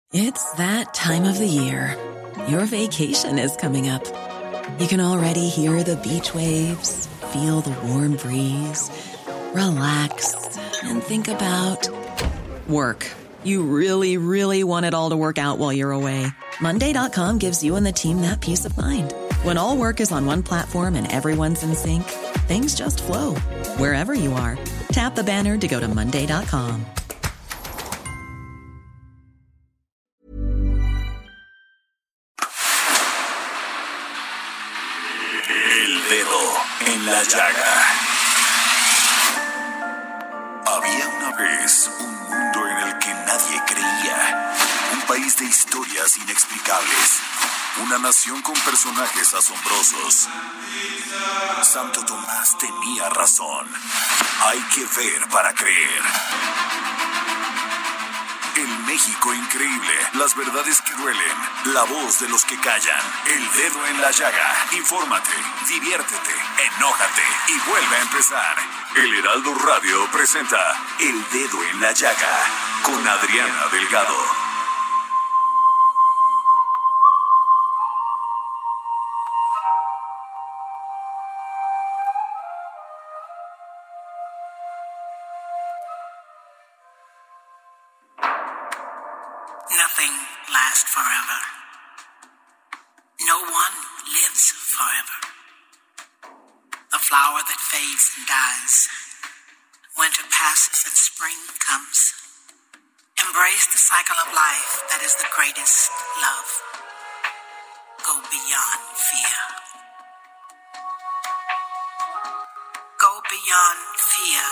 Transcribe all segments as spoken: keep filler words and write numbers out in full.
It's that time of the year. Your vacation is coming up. You can already hear the beach waves, feel the warm breeze, relax, and think about work. You really, really want it all to work out while you're away. Monday dot com gives you and the team that peace of mind. When all work is on one platform and everyone's in sync, things just flow. Wherever you are, tap the banner to go to Monday dot com. El dedo en la llaga. Había una vez un mundo en el que nadie creía. Un país de historias inexplicables. Una nación con personajes asombrosos. Santo Tomás tenía razón. Hay que ver para creer. El México increíble, las verdades que duelen, la voz de los que callan, el dedo en la llaga. Infórmate, diviértete, enójate y vuelve a empezar. El Heraldo Radio presenta El Dedo en la Llaga con Adriana Delgado. Nothing lasts forever. No one lives forever. A flower that fades and dies. Winter passes and spring comes. Embrace the cycle of life that is the greatest love. Go beyond fear. Go beyond fear.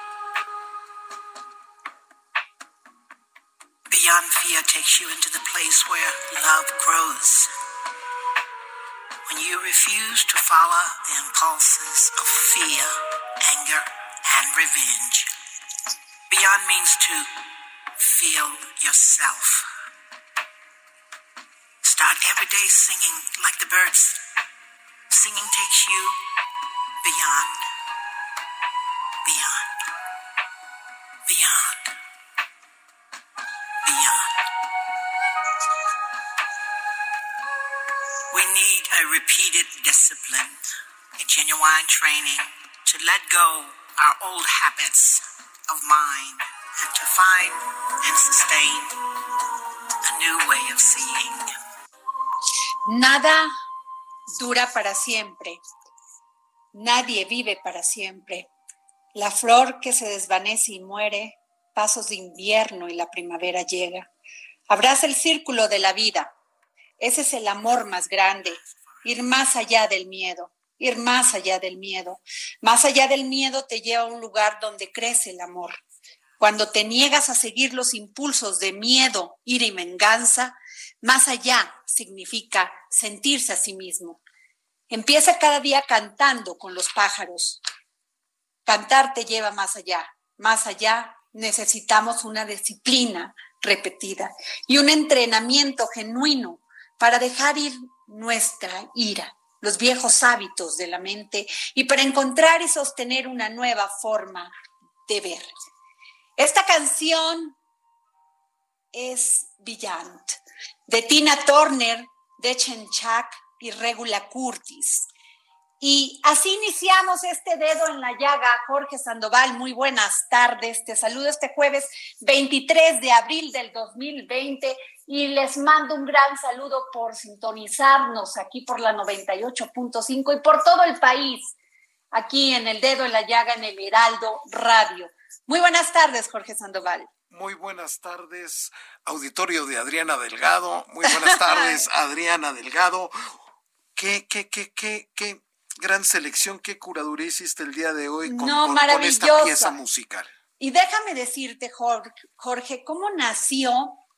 Beyond fear takes you into the place where love grows. When you refuse to follow the impulses of fear, anger, and revenge. Beyond means to feel yourself. Start every day singing like the birds. Singing takes you beyond, beyond, beyond. Beyond. We need a repeated discipline, a genuine training to let go our old habits of mind and to find and sustain a new way of seeing. Nada dura para siempre. Nadie vive para siempre. La flor que se desvanece y muere, pasos de invierno y la primavera llega. Abraza el círculo de la vida. Ese es el amor más grande. Ir más allá del miedo. Ir más allá del miedo. Más allá del miedo te lleva a un lugar donde crece el amor. Cuando te niegas a seguir los impulsos de miedo, ira y venganza, más allá significa sentirse a sí mismo. Empieza cada día cantando con los pájaros. Cantar te lleva más allá. Más allá necesitamos una disciplina repetida y un entrenamiento genuino para dejar ir nuestra ira, los viejos hábitos de la mente y para encontrar y sostener una nueva forma de ver. Esta canción es Beyond, de Tina Turner, de Chenchak y Regula Curtis. Y así iniciamos este dedo en la llaga. Jorge Sandoval, muy buenas tardes. Te saludo este jueves veintitrés de abril del dos mil veinte y les mando un gran saludo por sintonizarnos aquí por la noventa y ocho punto cinco y por todo el país, aquí en el dedo en la llaga en el Heraldo Radio. Muy buenas tardes, Jorge Sandoval. Muy buenas tardes, auditorio de Adriana Delgado. Muy buenas tardes, Adriana Delgado. ¿Qué, qué, qué, qué, qué? Gran selección, qué curaduría hiciste el día de hoy con, no, con, con esta pieza musical. Y déjame decirte, Jorge, cómo nació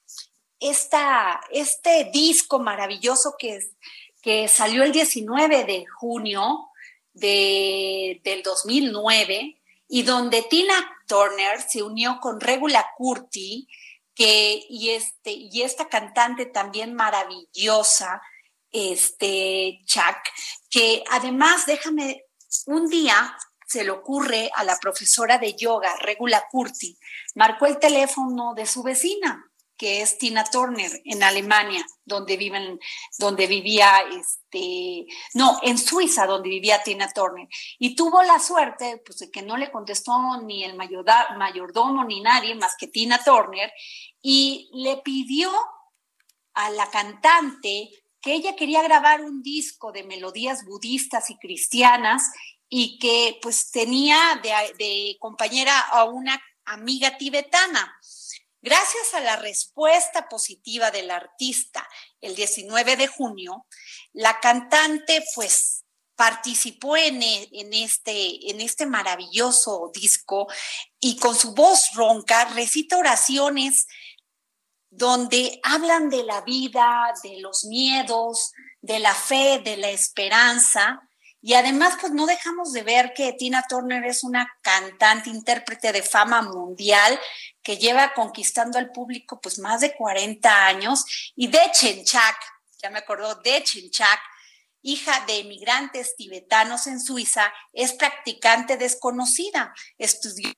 esta, este disco maravilloso que, que salió el diecinueve de junio de, del dos mil nueve y donde Tina Turner se unió con Regula Curtis que, y, este, y esta cantante también maravillosa, este Chuck, que además, déjame, un día se le ocurre a la profesora de yoga, Regula Curtis, marcó el teléfono de su vecina, que es Tina Turner en Alemania, donde viven, donde vivía, este, no, en Suiza, donde vivía Tina Turner. Y tuvo la suerte, pues, de que no le contestó ni el mayorda, mayordomo ni nadie más que Tina Turner, y le pidió a la cantante que ella quería grabar un disco de melodías budistas y cristianas y que pues tenía de, de compañera a una amiga tibetana. Gracias a la respuesta positiva del artista el diecinueve de junio, la cantante pues participó en, en, este, en este maravilloso disco y con su voz ronca recita oraciones donde hablan de la vida, de los miedos, de la fe, de la esperanza. Y además, pues no dejamos de ver que Tina Turner es una cantante, intérprete de fama mundial que lleva conquistando al público pues más de cuarenta años. Y Dechen Chak, ya me acordó, Dechen Chak, hija de emigrantes tibetanos en Suiza, es practicante desconocida. Estudió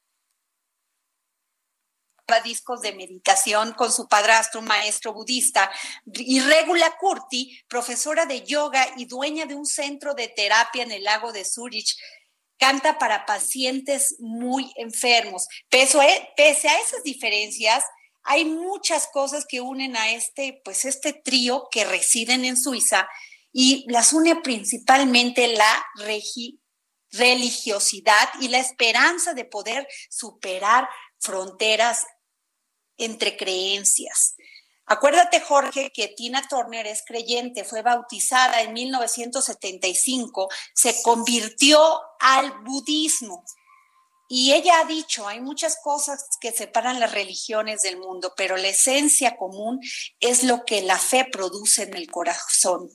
discos de meditación con su padrastro, maestro budista, y Regula Kurti, profesora de yoga y dueña de un centro de terapia en el lago de Zurich, canta para pacientes muy enfermos. Pese a, pese a esas diferencias, hay muchas cosas que unen a este, pues este trío que residen en Suiza y las une principalmente la regi- religiosidad y la esperanza de poder superar fronteras entre creencias. Acuérdate, Jorge, que Tina Turner es creyente, fue bautizada en mil novecientos setenta y cinco, se convirtió al budismo. Y ella ha dicho, hay muchas cosas que separan las religiones del mundo, pero la esencia común es lo que la fe produce en el corazón.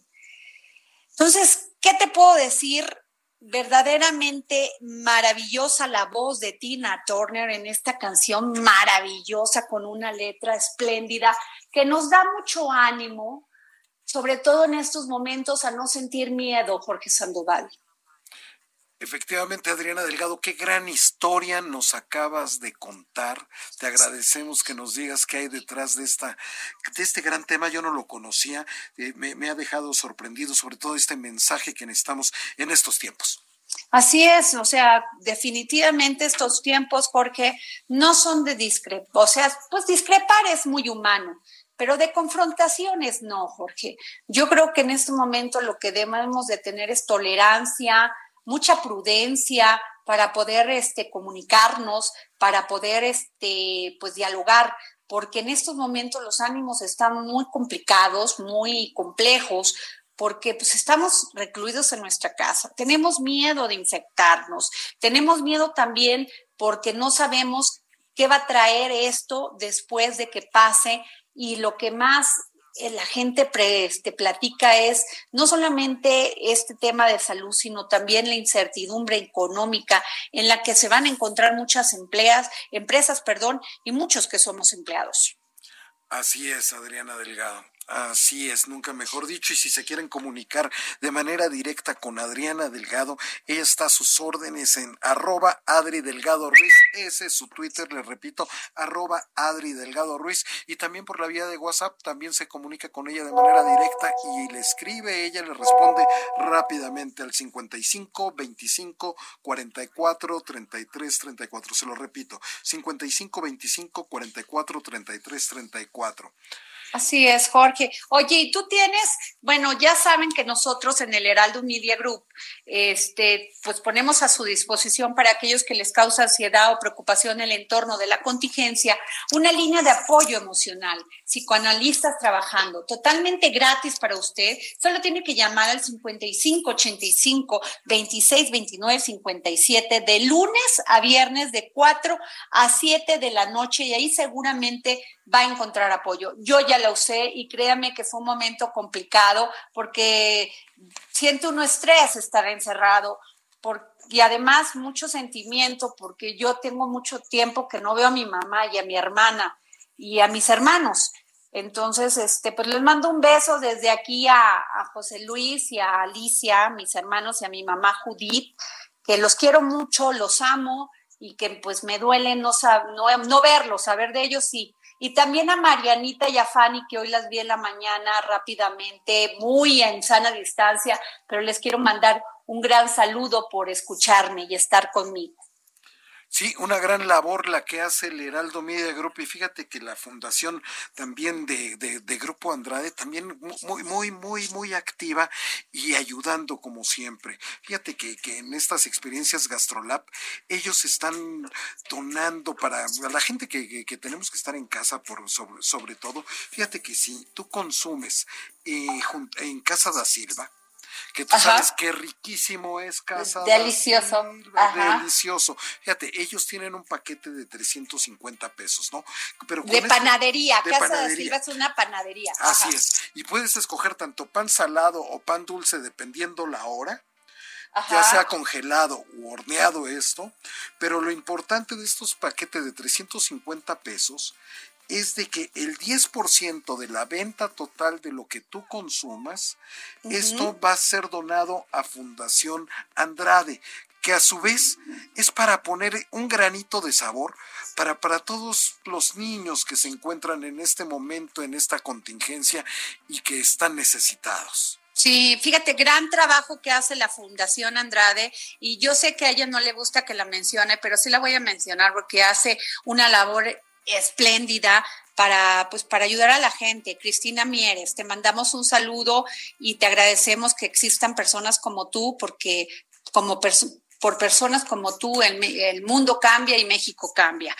Entonces, ¿qué te puedo decir? Verdaderamente maravillosa la voz de Tina Turner en esta canción maravillosa con una letra espléndida que nos da mucho ánimo, sobre todo en estos momentos, a no sentir miedo, Jorge Sandoval. Efectivamente, Adriana Delgado, qué gran historia nos acabas de contar. Te agradecemos que nos digas qué hay detrás de esta, de este gran tema. Yo no lo conocía, eh, me, me ha dejado sorprendido, sobre todo este mensaje que necesitamos en estos tiempos. Así es, o sea, definitivamente estos tiempos, Jorge, no son de discrepar, o sea, pues discrepar es muy humano, pero de confrontaciones no, Jorge. Yo creo que en este momento lo que debemos de tener es tolerancia, mucha prudencia para poder este, comunicarnos, para poder este, pues, dialogar, porque en estos momentos los ánimos están muy complicados, muy complejos, porque pues, estamos recluidos en nuestra casa. Tenemos miedo de infectarnos, tenemos miedo también porque no sabemos qué va a traer esto después de que pase, y lo que más la gente pre, este, platica es no solamente este tema de salud, sino también la incertidumbre económica en la que se van a encontrar muchas empleas, empresas, perdón, y muchos que somos empleados. Así es, Adriana Delgado. Así es, nunca mejor dicho. Y si se quieren comunicar de manera directa con Adriana Delgado, ella está a sus órdenes en arroba Adri Delgado Ruiz. Ese es su Twitter, les repito, arroba Adri Delgado Ruiz. Y también por la vía de WhatsApp, también se comunica con ella de manera directa y le escribe, ella le responde rápidamente al cincuenta y cinco, veinticinco, cuarenta y cuatro, treinta y tres, treinta y cuatro. Se lo repito, cincuenta y cinco, veinticinco, cuarenta y cuatro, treinta y tres, treinta y cuatro. Así es, Jorge. Oye, y tú tienes, bueno, ya saben que nosotros en el Heraldo Media Group, este, pues ponemos a su disposición para aquellos que les causa ansiedad o preocupación el entorno de la contingencia, una línea de apoyo emocional, psicoanalistas trabajando, totalmente gratis para usted. Solo tiene que llamar al cincuenta y cinco, ochenta y cinco, veintiséis, veintinueve, cincuenta y siete, de lunes a viernes de cuatro a siete de la noche, y ahí seguramente va a encontrar apoyo. Yo ya la usé y créame que fue un momento complicado porque siento un estrés estar encerrado por, y además mucho sentimiento porque yo tengo mucho tiempo que no veo a mi mamá y a mi hermana y a mis hermanos. Entonces, este, pues les mando un beso desde aquí a, a José Luis y a Alicia, mis hermanos, y a mi mamá Judith, que los quiero mucho, los amo y que pues me duele no, sab- no, no verlos, saber de ellos sí. Y también a Marianita y a Fanny, que hoy las vi en la mañana rápidamente, muy en sana distancia, pero les quiero mandar un gran saludo por escucharme y estar conmigo. Sí, una gran labor la que hace el Heraldo Media Group, y fíjate que la fundación también de, de, de Grupo Andrade también muy, muy, muy, muy activa y ayudando como siempre. Fíjate que, que en estas experiencias GastroLab, ellos están donando para la gente que, que, que tenemos que estar en casa por sobre, sobre todo. Fíjate que si tú consumes eh, en Casa da Silva, que tú Ajá. sabes qué riquísimo es Casa delicioso. da Silva, delicioso. Fíjate, ellos tienen un paquete de trescientos cincuenta pesos, ¿no? Pero de panadería, este, de Casa panadería. da Silva es una panadería. Así Ajá. es, y puedes escoger tanto pan salado o pan dulce dependiendo la hora. Ajá. Ya sea congelado u horneado esto, pero lo importante de estos paquetes de trescientos cincuenta pesos es de que el diez por ciento de la venta total de lo que tú consumas, uh-huh. esto va a ser donado a Fundación Andrade, que a su vez es para poner un granito de sabor para, para todos los niños que se encuentran en este momento, en esta contingencia y que están necesitados. Sí, fíjate, gran trabajo que hace la Fundación Andrade, y yo sé que a ella no le gusta que la mencione, pero sí la voy a mencionar porque hace una labor espléndida para, pues, para ayudar a la gente. Cristina Mieres, te mandamos un saludo y te agradecemos que existan personas como tú, porque como perso- por personas como tú el, el mundo cambia y México cambia.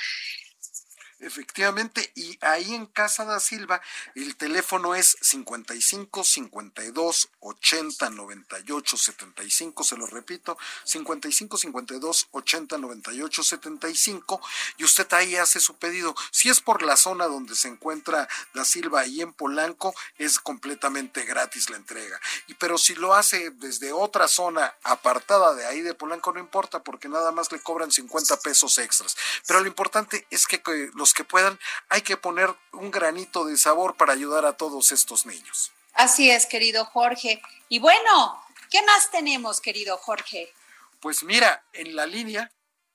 Efectivamente, y ahí en Casa da Silva el teléfono es cincuenta y cinco, cincuenta y dos, ochenta, noventa y ocho, setenta y cinco, se lo repito, cincuenta y cinco, cincuenta y dos, ochenta, noventa y ocho, setenta y cinco, y usted ahí hace su pedido. Si es por la zona donde se encuentra da Silva, ahí en Polanco, es completamente gratis la entrega. Y pero si lo hace desde otra zona apartada de ahí de Polanco, no importa, porque nada más le cobran cincuenta pesos extras. Pero lo importante es que, que los que puedan, hay que poner un granito de sabor para ayudar a todos estos niños. Así es, querido Jorge. Y bueno, ¿qué más tenemos, querido Jorge? Pues mira, en la línea.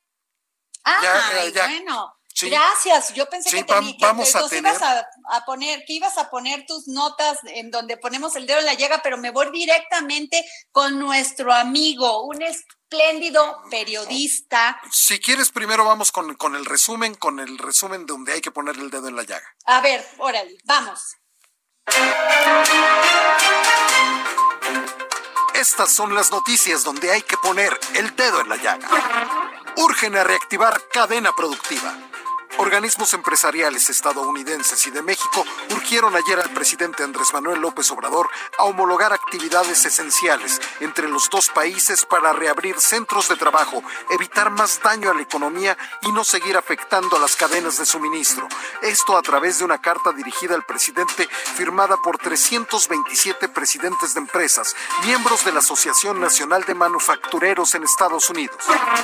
Ah, ya, ya, bueno. Sí. Gracias. Yo pensé sí, que, te, que vamos a tener... ibas a, a poner, que ibas a poner tus notas en donde ponemos el dedo en la llaga, pero me voy directamente con nuestro amigo, un espléndido periodista. Si quieres, primero vamos con, con el resumen, con el resumen donde hay que poner el dedo en la llaga. A ver, órale, vamos. Estas son las noticias donde hay que poner el dedo en la llaga. Urgen a reactivar cadena productiva. Organismos empresariales estadounidenses y de México urgieron ayer al presidente Andrés Manuel López Obrador a homologar actividades esenciales entre los dos países para reabrir centros de trabajo, evitar más daño a la economía y no seguir afectando a las cadenas de suministro. Esto a través de una carta dirigida al presidente firmada por trescientos veintisiete presidentes de empresas, miembros de la Asociación Nacional de Manufactureros en Estados Unidos.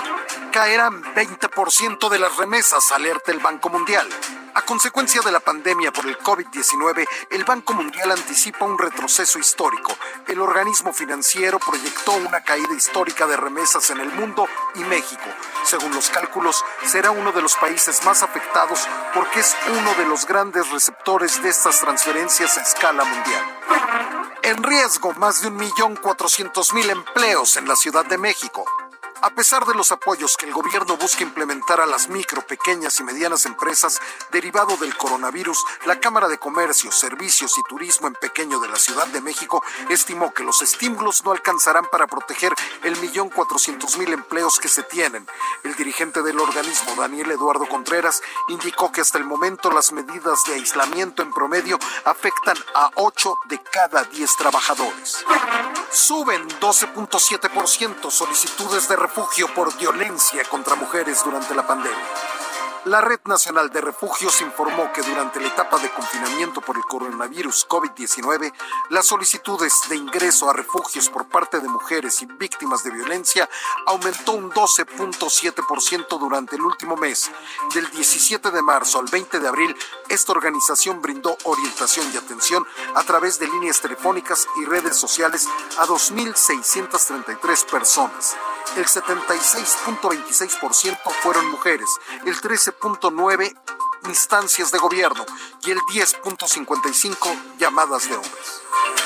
Caerán veinte por ciento de las remesas, alerta el Banco Mundial. A consecuencia de la pandemia por el COVID diecinueve, el Banco Mundial anticipa un retroceso histórico. El organismo financiero proyectó una caída histórica de remesas en el mundo y México, según los cálculos, será uno de los países más afectados porque es uno de los grandes receptores de estas transferencias a escala mundial. En riesgo, más de un millón cuatrocientos mil empleos en la Ciudad de México. A pesar de los apoyos que el gobierno busca implementar a las micro, pequeñas y medianas empresas derivado del coronavirus, la Cámara de Comercio, Servicios y Turismo en Pequeño de la Ciudad de México estimó que los estímulos no alcanzarán para proteger el millón cuatrocientos mil empleos que se tienen. El dirigente del organismo, Daniel Eduardo Contreras, indicó que hasta el momento las medidas de aislamiento en promedio afectan a ocho de cada diez trabajadores. Suben doce punto siete por ciento solicitudes de refugio por violencia contra mujeres durante la pandemia. La Red Nacional de Refugios informó que durante la etapa de confinamiento por el coronavirus COVID diecinueve, las solicitudes de ingreso a refugios por parte de mujeres y víctimas de violencia aumentó un doce punto siete por ciento durante el último mes. Del diecisiete de marzo al veinte de abril, esta organización brindó orientación y atención a través de líneas telefónicas y redes sociales a dos mil seiscientas treinta y tres personas. El setenta y seis punto veintiséis por ciento fueron mujeres, el trece punto nueve por ciento instancias de gobierno y el diez punto cincuenta y cinco llamadas de hombres.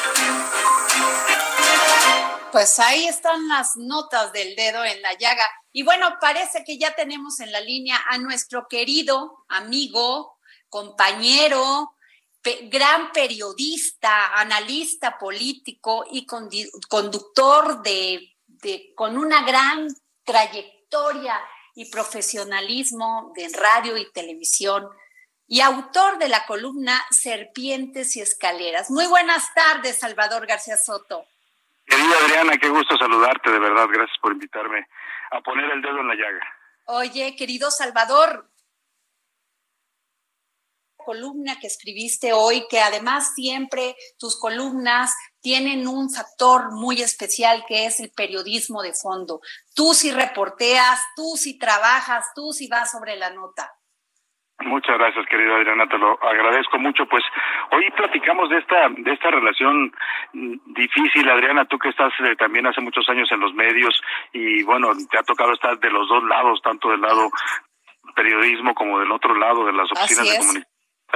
Pues ahí están las notas del dedo en la llaga. Y bueno, parece que ya tenemos en la línea a nuestro querido amigo, compañero, pe- gran periodista, analista político y condi- conductor de, de, con una gran trayectoria y profesionalismo de radio y televisión, y autor de la columna Serpientes y Escaleras. Muy buenas tardes, Salvador García Soto. Querida Adriana, qué gusto saludarte, de verdad, gracias por invitarme a poner el dedo en la llaga. Oye, querido Salvador, columna que escribiste hoy, que además siempre tus columnas tienen un factor muy especial que es el periodismo de fondo. Tú sí reporteas, tú sí trabajas, tú sí vas sobre la nota. Muchas gracias, querida Adriana, te lo agradezco mucho. Pues hoy platicamos de esta de esta relación difícil, Adriana, tú que estás eh, también hace muchos años en los medios y bueno, te ha tocado estar de los dos lados, tanto del lado periodismo como del otro lado de las oficinas de comunicación.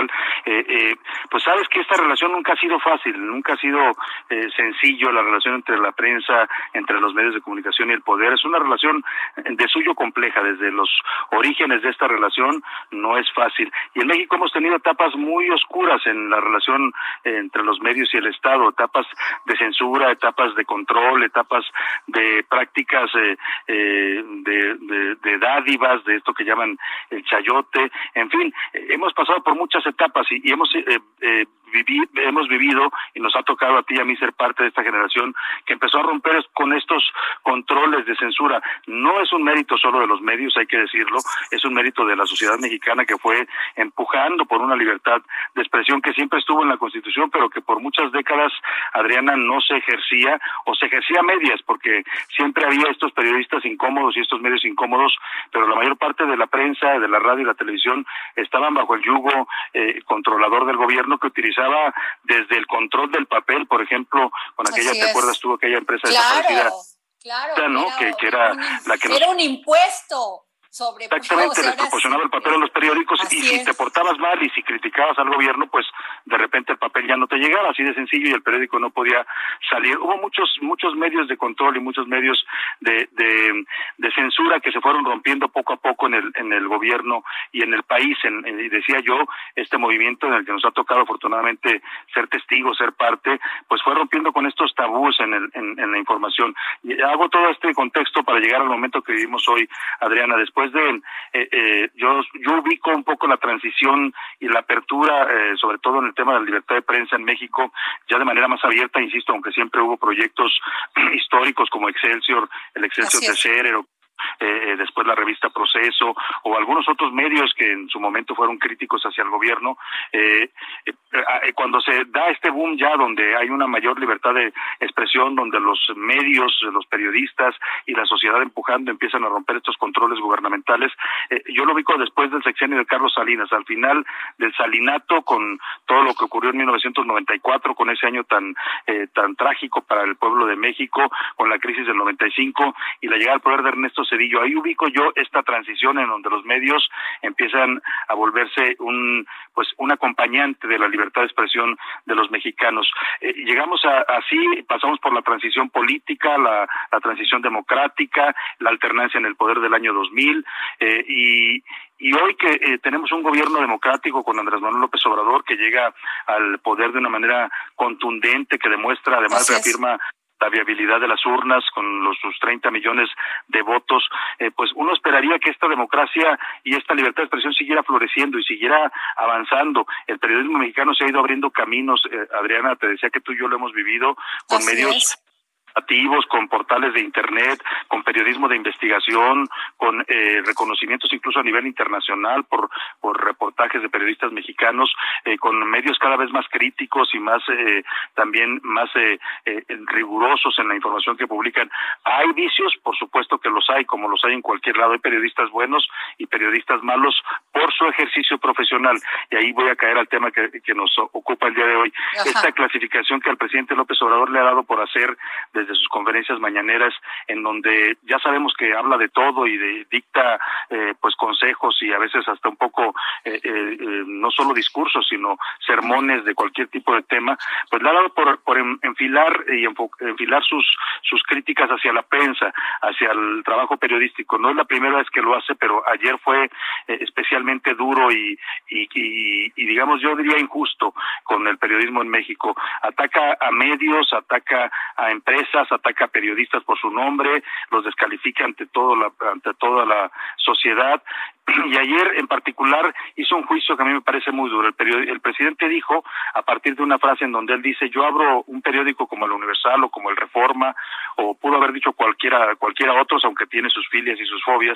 Eh, eh, pues sabes que esta relación nunca ha sido fácil, nunca ha sido eh, sencillo la relación entre la prensa, entre los medios de comunicación y el poder. Es una relación de suyo compleja, desde los orígenes de esta relación no es fácil. Y en México hemos tenido etapas muy oscuras en la relación eh, entre los medios y el Estado, etapas de censura, etapas de control, etapas de prácticas eh, eh, de, de, de dádivas, de esto que llaman el chayote, en fin, eh, hemos pasado por muchas etapas y, y hemos eh, eh, viví, hemos vivido y nos ha tocado a ti y a mí ser parte de esta generación que empezó a romper con estos controles de censura. No es un mérito solo de los medios, hay que decirlo, es un mérito de la sociedad mexicana que fue empujando por una libertad de expresión que siempre estuvo en la Constitución, pero que por muchas décadas, Adriana, no se ejercía o se ejercía a medias, porque siempre había estos periodistas incómodos y estos medios incómodos, pero la mayor parte de la prensa, de la radio y la televisión estaban bajo el yugo eh, controlador del gobierno que utilizaba desde el control del papel, por ejemplo, con aquella, Así ¿te es. acuerdas tú, aquella empresa Claro, desaparecida? claro. ¿no? Era, que, que era un, la que era nos... un impuesto sobre... Exactamente, o sea, les proporcionaba sí, el papel a los periódicos así y si es. te portabas mal y si criticabas al gobierno, pues de repente el papel ya no te llegaba, así de sencillo, y el periódico no podía salir. Hubo muchos muchos medios de control y muchos medios de de, de censura que se fueron rompiendo poco a poco en el en el gobierno y en el país. En, en, y decía yo, este movimiento en el que nos ha tocado afortunadamente ser testigos, ser parte, pues fue rompiendo con estos tabús en, el, en, en la información. Y hago todo este contexto para llegar al momento que vivimos hoy, Adriana, después de... Eh, eh, yo, yo ubico un poco la transición y la apertura, eh, sobre todo en el tema de la libertad de prensa en México, ya de manera más abierta, insisto, aunque siempre hubo proyectos históricos como Excelsior, el Excelsior de Scherer, o Eh, después la revista Proceso o algunos otros medios que en su momento fueron críticos hacia el gobierno, eh, eh, eh, cuando se da este boom ya donde hay una mayor libertad de expresión, donde los medios, los periodistas y la sociedad empujando empiezan a romper estos controles gubernamentales, eh, yo lo ubico después del sexenio de Carlos Salinas, al final del salinato, con todo lo que ocurrió en mil novecientos noventa y cuatro, con ese año tan eh, tan trágico para el pueblo de México, con la crisis del noventa y cinco y la llegada al poder de Ernesto Zedillo. Ahí ubico yo esta transición en donde los medios empiezan a volverse un pues un acompañante de la libertad de expresión de los mexicanos. Eh, llegamos a, así, pasamos por la transición política, la, la transición democrática, la alternancia en el poder del año dos mil, eh, y Y hoy que eh, tenemos un gobierno democrático con Andrés Manuel López Obrador que llega al poder de una manera contundente, que demuestra, además reafirma la viabilidad de las urnas con los sus treinta millones de votos, eh, pues uno esperaría que esta democracia y esta libertad de expresión siguiera floreciendo y siguiera avanzando. El periodismo mexicano se ha ido abriendo caminos, eh, Adriana, te decía que tú y yo lo hemos vivido con Así medios es. activos, con portales de internet, con periodismo de investigación, con eh, reconocimientos incluso a nivel internacional por por reportajes de periodistas mexicanos, eh, con medios cada vez más críticos y más eh, también más eh, eh, rigurosos en la información que publican. Hay vicios, por supuesto que los hay, como los hay en cualquier lado. Hay periodistas buenos y periodistas malos por su ejercicio profesional. Y ahí voy a caer al tema que, que nos ocupa el día de hoy. Ajá. Esta clasificación que al presidente López Obrador le ha dado por hacer de desde sus conferencias mañaneras, en donde ya sabemos que habla de todo y de, dicta eh, pues consejos y a veces hasta un poco eh, eh, eh, no solo discursos, sino sermones de cualquier tipo de tema, pues le ha dado por, por enfilar y enfilar sus, sus críticas hacia la prensa, hacia el trabajo periodístico. No es la primera vez que lo hace, pero ayer fue eh, especialmente duro y, y, y, y digamos yo diría injusto con el periodismo en México. Ataca a medios, ataca a empresas, ataca a periodistas por su nombre, los descalifica ante todo la, ante toda la sociedad. Y ayer en particular hizo un juicio que a mí me parece muy duro. El, period- el presidente dijo, a partir de una frase en donde él dice, yo abro un periódico como el Universal o como el Reforma, o pudo haber dicho cualquiera cualquiera otros, aunque tiene sus filias y sus fobias,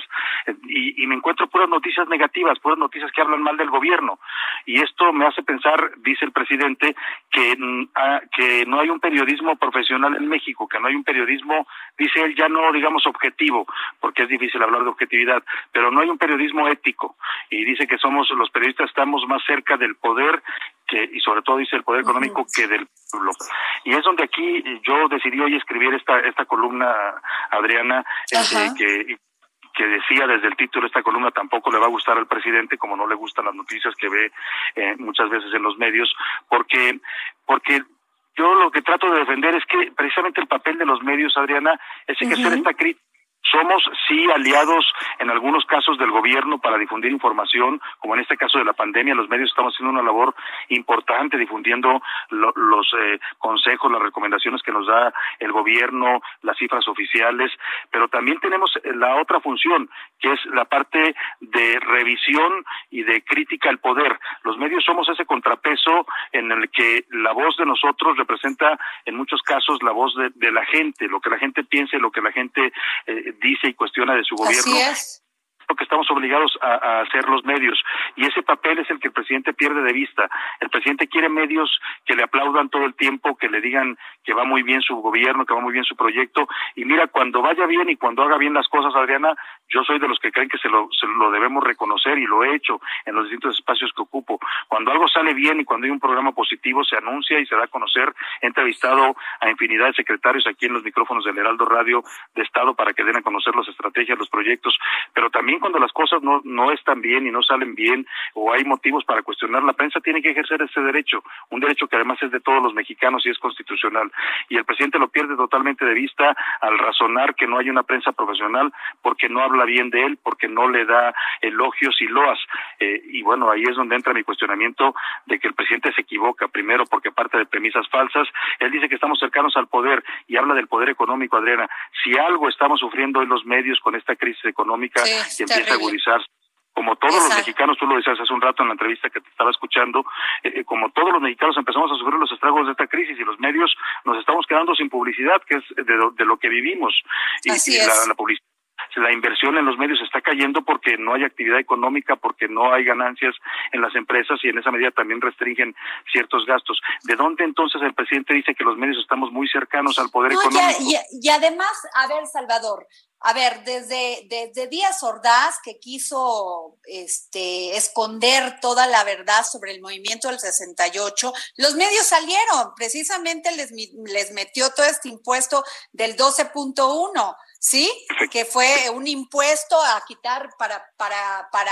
y, y me encuentro puras noticias negativas, puras noticias que hablan mal del gobierno. Y esto me hace pensar, dice el presidente, que, ah, que no hay un periodismo profesional en México, que no hay un periodismo, dice él, ya no digamos objetivo, porque es difícil hablar de objetividad, pero no hay un periodismo ético, y dice que somos los periodistas estamos más cerca del poder que y sobre todo dice el poder económico uh-huh. que del pueblo. Y es donde aquí yo decidí hoy escribir esta esta columna, Adriana, uh-huh. que que decía desde el título, esta columna tampoco le va a gustar al presidente, como no le gustan las noticias que ve eh, muchas veces en los medios, porque porque yo lo que trato de defender es que precisamente el papel de los medios, Adriana, es ejercer uh-huh. esta crítica. Somos, sí, aliados en algunos casos del gobierno para difundir información, como en este caso de la pandemia. Los medios estamos haciendo una labor importante difundiendo lo, los eh, consejos, las recomendaciones que nos da el gobierno, las cifras oficiales, pero también tenemos la otra función, que es la parte de revisión y de crítica al poder. Los medios somos ese contrapeso en el que la voz de nosotros representa en muchos casos la voz de, de la gente, lo que la gente piensa y lo que la gente eh, dice y cuestiona de su gobierno. Así es. Lo que estamos obligados a, a hacer los medios, y ese papel es el que el presidente pierde de vista. El presidente quiere medios que le aplaudan todo el tiempo, que le digan que va muy bien su gobierno, que va muy bien su proyecto, y mira, cuando vaya bien y cuando haga bien las cosas, Adriana, yo soy de los que creen que se lo, se lo debemos reconocer, y lo he hecho en los distintos espacios que ocupo. Cuando algo sale bien y cuando hay un programa positivo, se anuncia y se da a conocer. He entrevistado a infinidad de secretarios aquí en los micrófonos del Heraldo Radio de Estado para que den a conocer las estrategias, los proyectos, pero también cuando las cosas no no están bien y no salen bien, o hay motivos para cuestionar, la prensa tiene que ejercer ese derecho, un derecho que además es de todos los mexicanos y es constitucional, y el presidente lo pierde totalmente de vista al razonar que no hay una prensa profesional porque no habla bien de él, porque no le da elogios y loas, eh, y bueno, ahí es donde entra mi cuestionamiento de que el presidente se equivoca, primero porque parte de premisas falsas. Él dice que estamos cercanos al poder y habla del poder económico, Adriana. Si algo estamos sufriendo en los medios con esta crisis económica, sí, que empieza a agudizarse, como todos Exacto. los mexicanos, tú lo decías hace un rato en la entrevista que te estaba escuchando, eh, como todos los mexicanos empezamos a sufrir los estragos de esta crisis, y los medios nos estamos quedando sin publicidad, que es de, de lo que vivimos. Y, Así y es. la, la publicidad, la inversión en los medios está cayendo porque no hay actividad económica, porque no hay ganancias en las empresas, y en esa medida también restringen ciertos gastos. ¿De dónde entonces el presidente dice que los medios estamos muy cercanos al poder no, económico? Ya, y, y además, a ver, Salvador, a ver, desde, desde Díaz Ordaz, que quiso este, esconder toda la verdad sobre el movimiento del sesenta y ocho, los medios salieron, precisamente les, les metió todo este impuesto del doce punto uno, ¿sí? Que fue un impuesto a quitar para, para, para,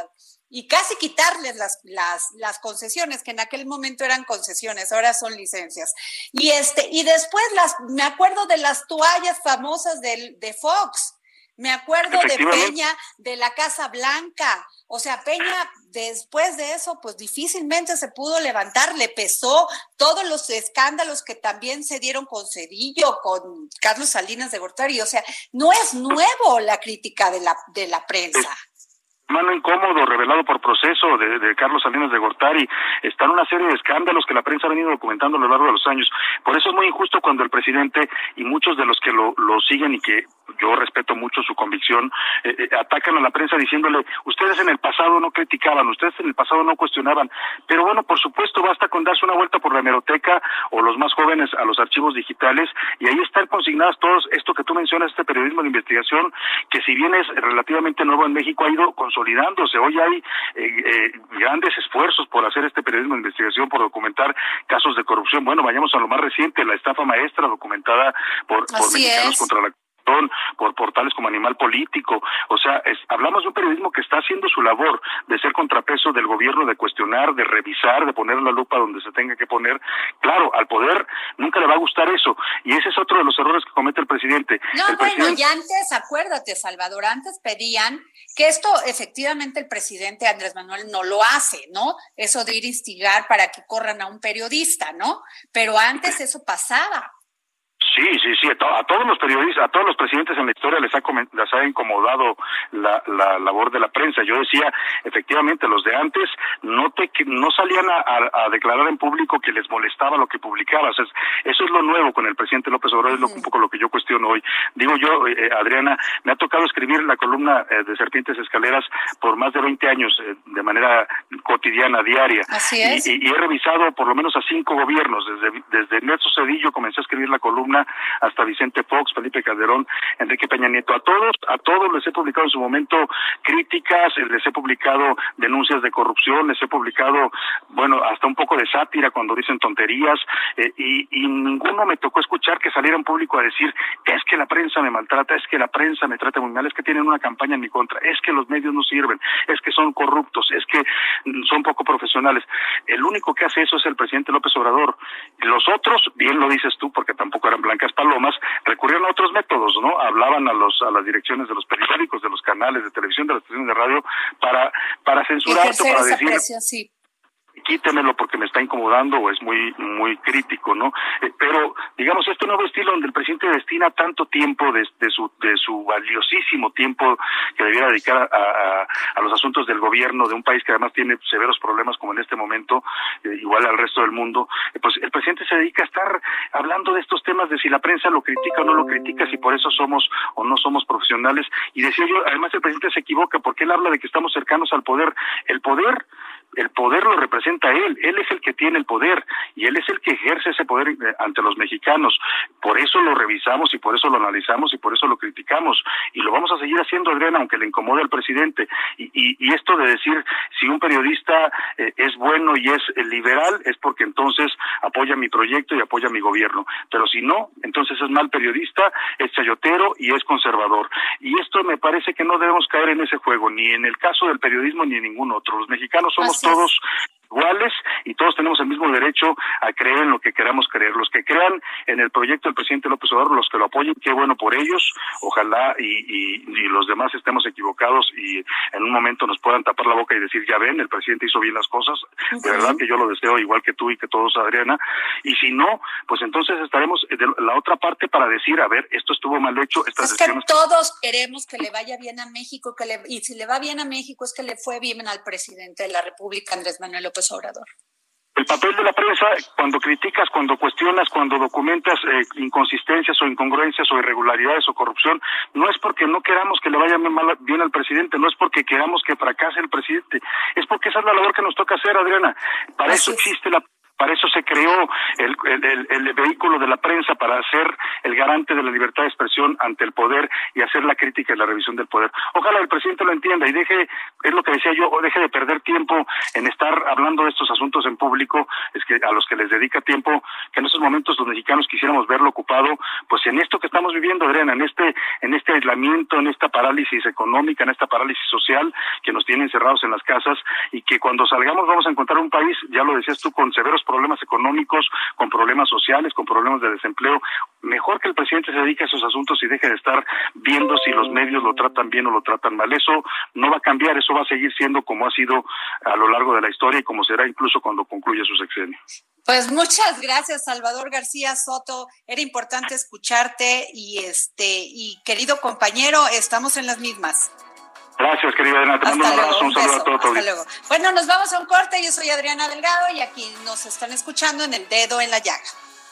y casi quitarles las, las, las concesiones, que en aquel momento eran concesiones, ahora son licencias. Y este, y después las, me acuerdo de las toallas famosas de, de Fox, me acuerdo de Peña, de la Casa Blanca. O sea, Peña, después de eso, pues difícilmente se pudo levantar, le pesó todos los escándalos que también se dieron con Cedillo, con Carlos Salinas de Gortari. O sea, no es nuevo la crítica de la, de la prensa. Mano incómodo revelado por Proceso de, de Carlos Salinas de Gortari. Están una serie de escándalos que la prensa ha venido documentando a lo largo de los años. Por eso es muy injusto cuando el presidente y muchos de los que lo, lo siguen y que yo respeto mucho su convicción, eh, eh, atacan a la prensa diciéndole, ustedes en el pasado no criticaban, ustedes en el pasado no cuestionaban. Pero bueno, por supuesto, basta con darse una vuelta por la hemeroteca o los más jóvenes a los archivos digitales, y ahí están consignadas todos esto que tú mencionas, este periodismo de investigación, que si bien es relativamente nuevo en México, ha ido consolidándose. Hoy hay eh, eh, grandes esfuerzos por hacer este periodismo de investigación, por documentar casos de corrupción. Bueno, vayamos a lo más reciente presidente, la estafa maestra documentada por, por Mexicanos es. contra la por portales como Animal Político. O sea, es, hablamos de un periodismo que está haciendo su labor de ser contrapeso del gobierno, de cuestionar, de revisar, de poner la lupa donde se tenga que poner. Claro, al poder nunca le va a gustar eso, y ese es otro de los errores que comete el presidente. No, el bueno, presidente... y antes, acuérdate, Salvador, antes pedían que esto efectivamente el presidente Andrés Manuel no lo hace, ¿no? Eso de ir a instigar para que corran a un periodista, ¿no? Pero antes eso pasaba. Sí, sí, sí, a, to- a todos los periodistas, a todos los presidentes en la historia les ha, coment- les ha incomodado la, la labor de la prensa. Yo decía, efectivamente, los de antes no te no salían a, a, a declarar en público que les molestaba lo que publicabas. Es, eso es lo nuevo con el presidente López Obrador, es lo, un poco lo que yo cuestiono hoy. Digo yo, eh, Adriana, me ha tocado escribir la columna eh, de Serpientes Escaleras por más de veinte años, eh, de manera cotidiana, diaria. Así es. Y, y, y he revisado por lo menos a cinco gobiernos. Desde, desde Ernesto Zedillo comencé a escribir la columna hasta Vicente Fox, Felipe Calderón, Enrique Peña Nieto. A todos, a todos les he publicado en su momento críticas, les he publicado denuncias de corrupción, les he publicado, bueno, hasta un poco de sátira cuando dicen tonterías, eh, y, y ninguno me tocó escuchar que saliera en público a decir, es que la prensa me maltrata, es que la prensa me trata muy mal, es que tienen una campaña en mi contra, es que los medios no sirven, es que son corruptos, es que son poco profesionales. El único que hace eso es el presidente López Obrador. Los otros, bien lo dices tú, porque tampoco eran blancas palomas, recurrieron a otros métodos, ¿no? Hablaban a los a las direcciones de los periódicos, de los canales de televisión, de las estaciones de radio, para para censurar, para decir, presión, sí. quítemelo porque me está incomodando o es muy muy crítico, ¿no? Eh, pero, digamos, este nuevo estilo donde el presidente destina tanto tiempo de, de su de su valiosísimo tiempo que debiera dedicar a, a, a los asuntos del gobierno de un país que además tiene severos problemas como en este momento, eh, igual al resto del mundo, eh, pues el presidente se dedica a estar hablando de estos temas de si la prensa lo critica o no lo critica, si por eso somos o no somos profesionales. Y decía yo, además el presidente se equivoca porque él habla de que estamos cercanos al poder. El poder El poder lo representa él, él es el que tiene el poder y él es el que ejerce ese poder ante los mexicanos. Por eso lo revisamos y por eso lo analizamos y por eso lo criticamos y lo vamos a seguir haciendo, Adriana, aunque le incomode al presidente. Y, y, y esto de decir si un periodista eh, es bueno y es eh, liberal es porque entonces apoya mi proyecto y apoya mi gobierno, pero si no, entonces es mal periodista, es chayotero y es conservador. Y esto me parece que no debemos caer en ese juego, ni en el caso del periodismo ni en ningún otro. Los mexicanos somos Así todos iguales y todos tenemos el mismo derecho a creer en lo que queramos creer. Los que crean en el proyecto del presidente López Obrador, los que lo apoyen, qué bueno por ellos, ojalá y, y, y los demás estemos equivocados y en un momento nos puedan tapar la boca y decir, ya ven, el presidente hizo bien las cosas, uh-huh. De verdad que yo lo deseo igual que tú y que todos, Adriana, y si no, pues entonces estaremos de la otra parte para decir, a ver, esto estuvo mal hecho, estas es que decisiones... todos queremos que le vaya bien a México, que le, y si le va bien a México es que le fue bien al presidente de la República, Andrés Manuel López Obrador. El papel de la prensa, cuando criticas, cuando cuestionas, cuando documentas eh, inconsistencias o incongruencias o irregularidades o corrupción, no es porque no queramos que le vaya mal, bien al presidente, no es porque queramos que fracase el presidente, es porque esa es la labor que nos toca hacer, Adriana. Para Así eso es. existe la Para eso se creó el, el, el vehículo de la prensa, para ser el garante de la libertad de expresión ante el poder y hacer la crítica y la revisión del poder. Ojalá el presidente lo entienda y deje, es lo que decía yo, deje de perder tiempo en estar hablando de estos asuntos en público, es que a los que les dedica tiempo, que en estos momentos los mexicanos quisiéramos verlo ocupado, pues en esto que estamos viviendo, Adriana, en este, en este aislamiento, en esta parálisis económica, en esta parálisis social que nos tiene encerrados en las casas y que cuando salgamos vamos a encontrar un país, ya lo decías tú, con severos problemas económicos, con problemas sociales, con problemas de desempleo. Mejor que el presidente se dedique a esos asuntos y deje de estar viendo si los medios lo tratan bien o lo tratan mal. Eso no va a cambiar, eso va a seguir siendo como ha sido a lo largo de la historia y como será incluso cuando concluya su sexenio. Pues muchas gracias, Salvador García Soto. Era importante escucharte y este y querido compañero, estamos en las mismas. Gracias, querida Adriana. Te mando un abrazo, un saludo a todo tu audiencia. Hasta luego. Bueno, nos vamos a un corte. Yo soy Adriana Delgado y aquí nos están escuchando en El Dedo en la Llaga.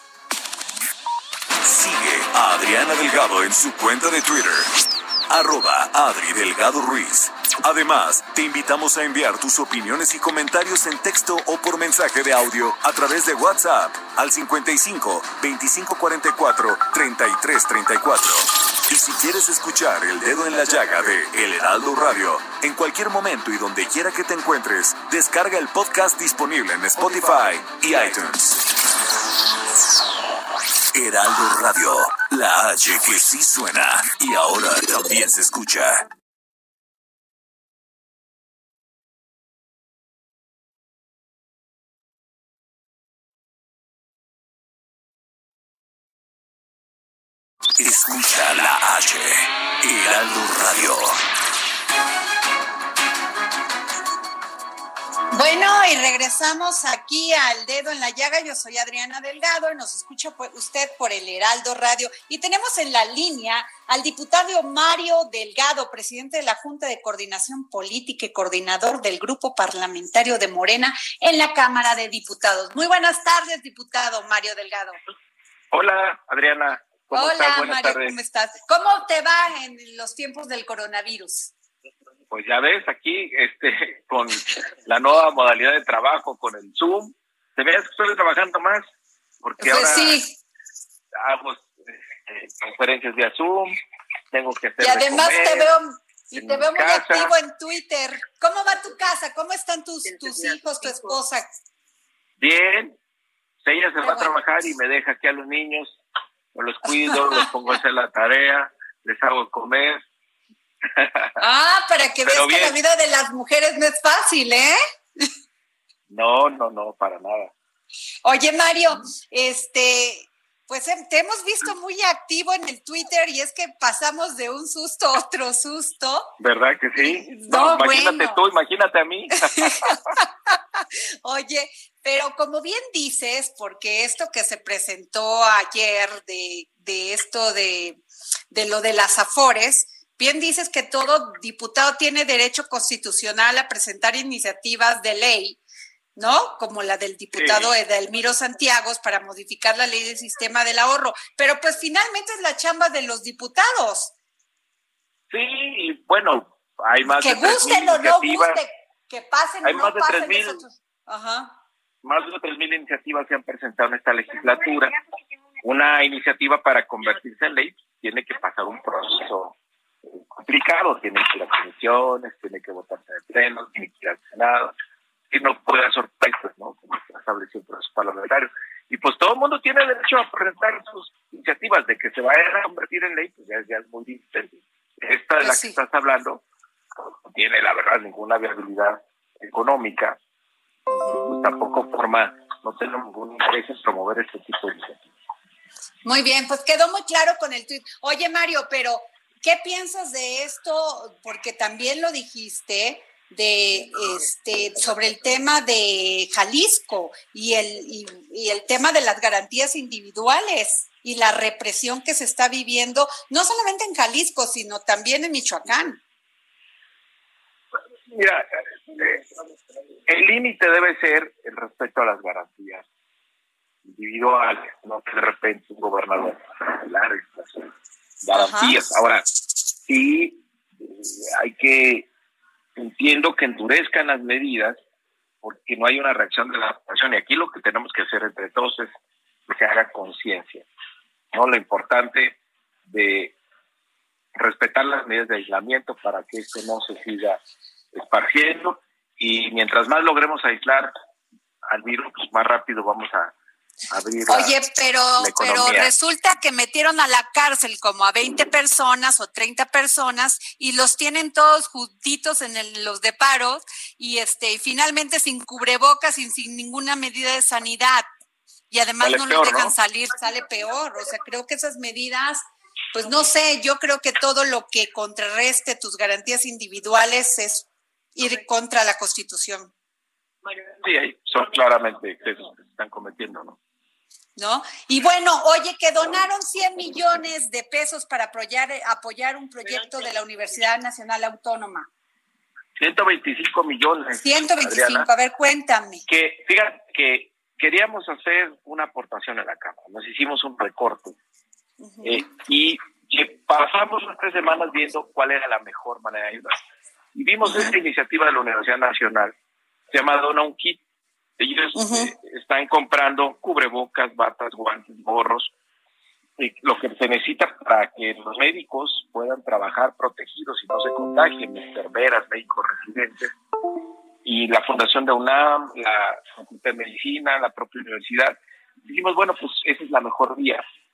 Sigue a Adriana Delgado en su cuenta de Twitter, arroba Adri Delgado Ruiz. Además, te invitamos a enviar tus opiniones y comentarios en texto o por mensaje de audio a través de WhatsApp al cincuenta y cinco, veinticinco cuarenta y cuatro, treinta y tres treinta y cuatro. Y si quieres escuchar El Dedo en la Llaga de El Heraldo Radio, en cualquier momento y donde quiera que te encuentres, descarga el podcast disponible en Spotify y iTunes. Heraldo Radio, la H que sí suena y ahora también se escucha. Escucha la H, Heraldo Radio. Bueno, y regresamos aquí al Dedo en la Llaga. Yo soy Adriana Delgado y nos escucha usted por el Heraldo Radio. Y tenemos en la línea al diputado Mario Delgado, presidente de la Junta de Coordinación Política y coordinador del Grupo Parlamentario de Morena en la Cámara de Diputados. Muy buenas tardes, diputado Mario Delgado. Hola, Adriana. ¿Cómo Hola, estás? Buenas Mario, tardes. ¿cómo estás? ¿Cómo te va en los tiempos del coronavirus? Pues ya ves, aquí este, con la nueva modalidad de trabajo, con el Zoom, te veas que estoy trabajando más, porque Pues ahora sí. hago eh, conferencias vía Zoom, tengo que hacer Y además de comer, te veo, y en te veo mi muy casa. activo en Twitter. ¿Cómo va tu casa? ¿Cómo están tus, tus hijos, tu esposa? Bien, ella se Qué va a bueno. trabajar y me deja aquí a los niños, me los cuido, los pongo a hacer la tarea, les hago comer. Ah, para que veas Pero que bien. la vida de las mujeres no es fácil, ¿eh? No, no, no, para nada. Oye, Mario, este, pues eh, te hemos visto muy activo en el Twitter y es que pasamos de un susto a otro susto. ¿Verdad que sí? No, imagínate bueno. tú, imagínate a mí. Oye, pero como bien dices, porque esto que se presentó ayer de, de esto de, de lo de las Afores, bien dices que todo diputado tiene derecho constitucional a presentar iniciativas de ley, ¿no? Como la del diputado Sí. Edelmiro Santiagos para modificar la ley del sistema del ahorro. Pero pues finalmente es la chamba de los diputados. Sí, y bueno, hay más Que de tres mil gusten o no iniciativas, gusten, que pasen Hay o más no de pasen tres mil. nosotros. Ajá. más de tres mil iniciativas se han presentado en esta legislatura. Una iniciativa para convertirse en ley tiene que pasar un proceso complicado, tiene que ir a comisiones, tiene que votarse en el pleno, tiene que ir al Senado, y no puede haber sorpresas, ¿no? Como se estableció un proceso parlamentario. Y pues todo el mundo tiene derecho a presentar sus iniciativas. De que se vayan a convertir en ley, pues ya, ya es muy diferente. Esta de Pues la sí. que estás hablando no tiene, la verdad, ninguna viabilidad económica, pues tampoco forma, no tengo ningún interés en promover este tipo de iniciativas. Muy bien, pues quedó muy claro con el tuit. Oye, Mario, pero ¿qué piensas de esto? Porque también lo dijiste de este sobre el tema de Jalisco y el y, y el tema de las garantías individuales y la represión que se está viviendo, no solamente en Jalisco, sino también en Michoacán. Mira, eh, el límite debe ser el respeto a las garantías individuales, no que de repente un gobernador largue las garantías. Ajá. Ahora, sí eh, hay que, entiendo que endurezcan las medidas porque no hay una reacción de la población, y aquí lo que tenemos que hacer entre todos es que se haga conciencia, ¿no? Lo importante de respetar las medidas de aislamiento para que esto no se siga esparciendo, y mientras más logremos aislar al virus, pues más rápido vamos a abrir la, Oye, pero, la pero economía. resulta que metieron a la cárcel como a veinte personas o treinta personas y los tienen todos juntitos en el, los de paros y este y finalmente sin cubrebocas y sin ninguna medida de sanidad. Y además Sale no peor, los dejan ¿no? salir, sale peor. O sea, creo que esas medidas, pues no sé, yo creo que todo lo que contrarreste tus garantías individuales es ir contra la Constitución. Sí, ahí son claramente excesos que se están cometiendo, ¿no? ¿No? Y bueno, oye, que donaron cien millones de pesos para apoyar, apoyar un proyecto de la Universidad Nacional Autónoma. ciento veinticinco millones. ciento veinticinco, Adriana, a ver, cuéntame. que fíjate que queríamos hacer una aportación a la Cámara, nos hicimos un recorte, Uh-huh. eh, y que pasamos unas tres semanas viendo cuál era la mejor manera de ayudar. Y vimos uh-huh. esta iniciativa de la Universidad Nacional, se llama Dona un Kit. Ellos uh-huh. eh, están comprando cubrebocas, batas, guantes, gorros, eh, lo que se necesita para que los médicos puedan trabajar protegidos y no se contagien, enfermeras, médicos residentes, y la Fundación de UNAM, la Facultad de Medicina, la propia universidad. Dijimos, bueno, pues esa es la mejor vía.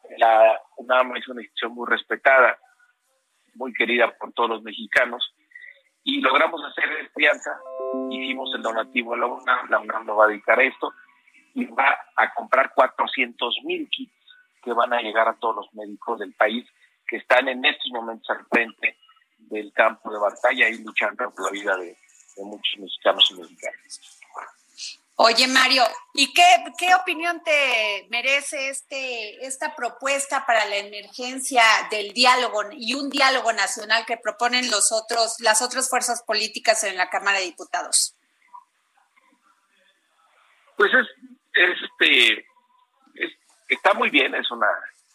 La UNAM es una institución muy respetada, muy querida por todos los mexicanos, y logramos hacer alianza, hicimos el donativo a la UNAM, la UNAM lo va a dedicar a esto, y va a comprar cuatrocientos mil kits que van a llegar a todos los médicos del país que están en estos momentos al frente del campo de batalla y luchando por la vida de, de muchos mexicanos y mexicanas. Oye, Mario, ¿y qué, qué opinión te merece este esta propuesta para la emergencia del diálogo y un diálogo nacional que proponen los otros las otras fuerzas políticas en la Cámara de Diputados? Pues es, es este es, está muy bien, es una